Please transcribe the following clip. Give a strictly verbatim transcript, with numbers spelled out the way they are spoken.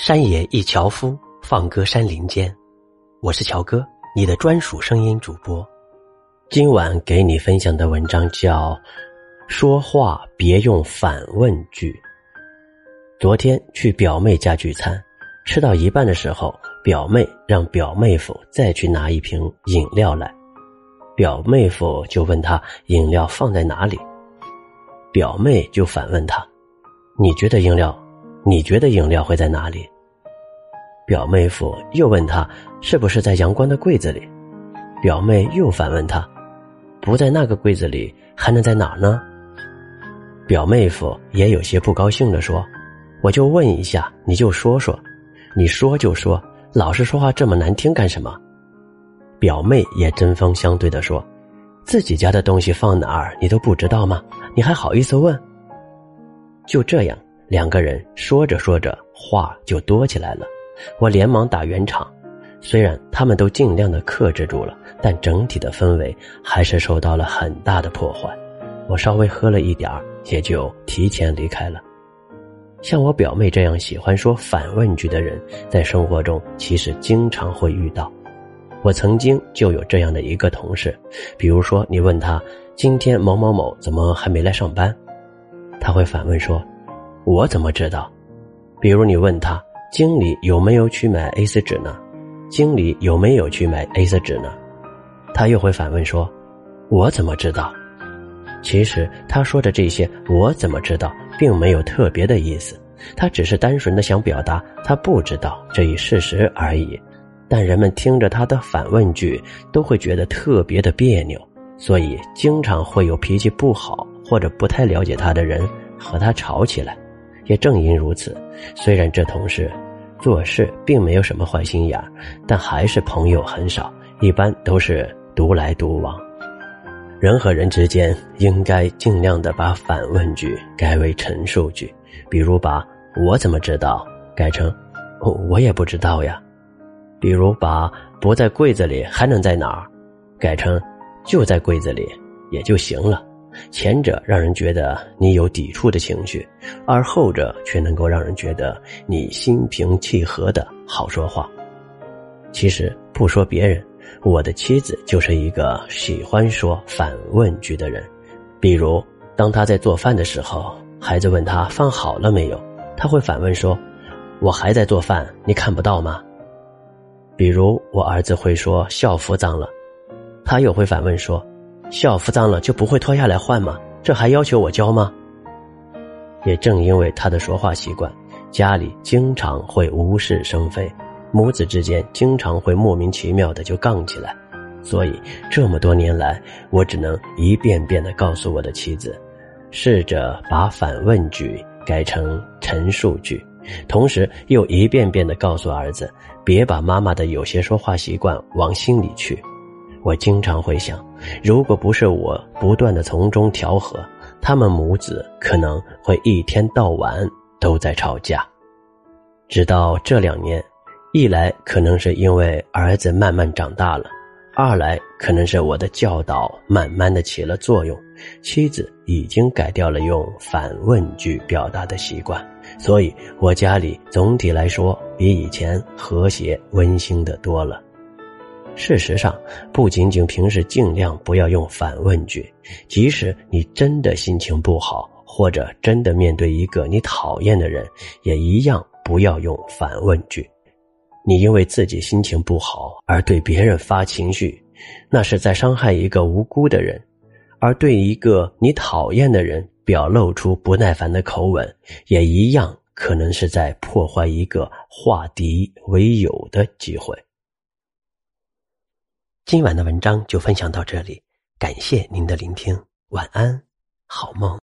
山野一樵夫，放歌山林间。我是乔哥，你的专属声音主播。今晚给你分享的文章叫说话别用反问句。昨天去表妹家聚餐，吃到一半的时候，表妹让表妹夫再去拿一瓶饮料来。表妹夫就问他饮料放在哪里，表妹就反问他，你觉得饮料你觉得饮料会在哪里？表妹夫又问他是不是在阳光的柜子里，表妹又反问他，不在那个柜子里还能在哪儿呢？表妹夫也有些不高兴地说，我就问一下你就说说，你说就说，老是说话这么难听干什么？表妹也针锋相对地说，自己家的东西放哪儿你都不知道吗？你还好意思问？就这样，两个人说着说着话就多起来了。我连忙打圆场，虽然他们都尽量的克制住了，但整体的氛围还是受到了很大的破坏。我稍微喝了一点儿，也就提前离开了。像我表妹这样喜欢说反问句的人，在生活中其实经常会遇到。我曾经就有这样的一个同事，比如说你问他今天某某某怎么还没来上班，他会反问说，我怎么知道？比如你问他经理有没有去买 A 四 纸呢？经理有没有去买 A 四 纸呢？他又会反问说，我怎么知道？其实他说的这些我怎么知道并没有特别的意思，他只是单纯的想表达他不知道这一事实而已。但人们听着他的反问句都会觉得特别的别扭，所以经常会有脾气不好或者不太了解他的人和他吵起来。也正因如此，虽然这同事做事并没有什么坏心眼，但还是朋友很少，一般都是独来独往。人和人之间应该尽量的把反问句改为陈述句，比如把我怎么知道改成我也不知道呀，比如把不在柜子里还能在哪儿改成就在柜子里也就行了。前者让人觉得你有抵触的情绪，而后者却能够让人觉得你心平气和的好说话。其实不说别人，我的妻子就是一个喜欢说反问句的人。比如当她在做饭的时候，孩子问她饭好了没有，她会反问说，我还在做饭，你看不到吗？比如我儿子会说校服脏了，他又会反问说，校服脏了就不会脱下来换吗？这还要求我教吗？也正因为他的说话习惯，家里经常会无事生非，母子之间经常会莫名其妙的就杠起来。所以这么多年来，我只能一遍遍地告诉我的妻子，试着把反问句改成陈述句，同时又一遍遍地告诉儿子，别把妈妈的有些说话习惯往心里去。我经常会想，如果不是我不断地从中调和，他们母子可能会一天到晚都在吵架。直到这两年，一来可能是因为儿子慢慢长大了，二来可能是我的教导慢慢的起了作用，妻子已经改掉了用反问句表达的习惯，所以我家里总体来说比以前和谐温馨的多了。事实上，不仅仅平时尽量不要用反问句，即使你真的心情不好，或者真的面对一个你讨厌的人，也一样不要用反问句。你因为自己心情不好而对别人发情绪，那是在伤害一个无辜的人，而对一个你讨厌的人表露出不耐烦的口吻，也一样可能是在破坏一个化敌为友的机会。今晚的文章就分享到这里，感谢您的聆听，晚安，好梦。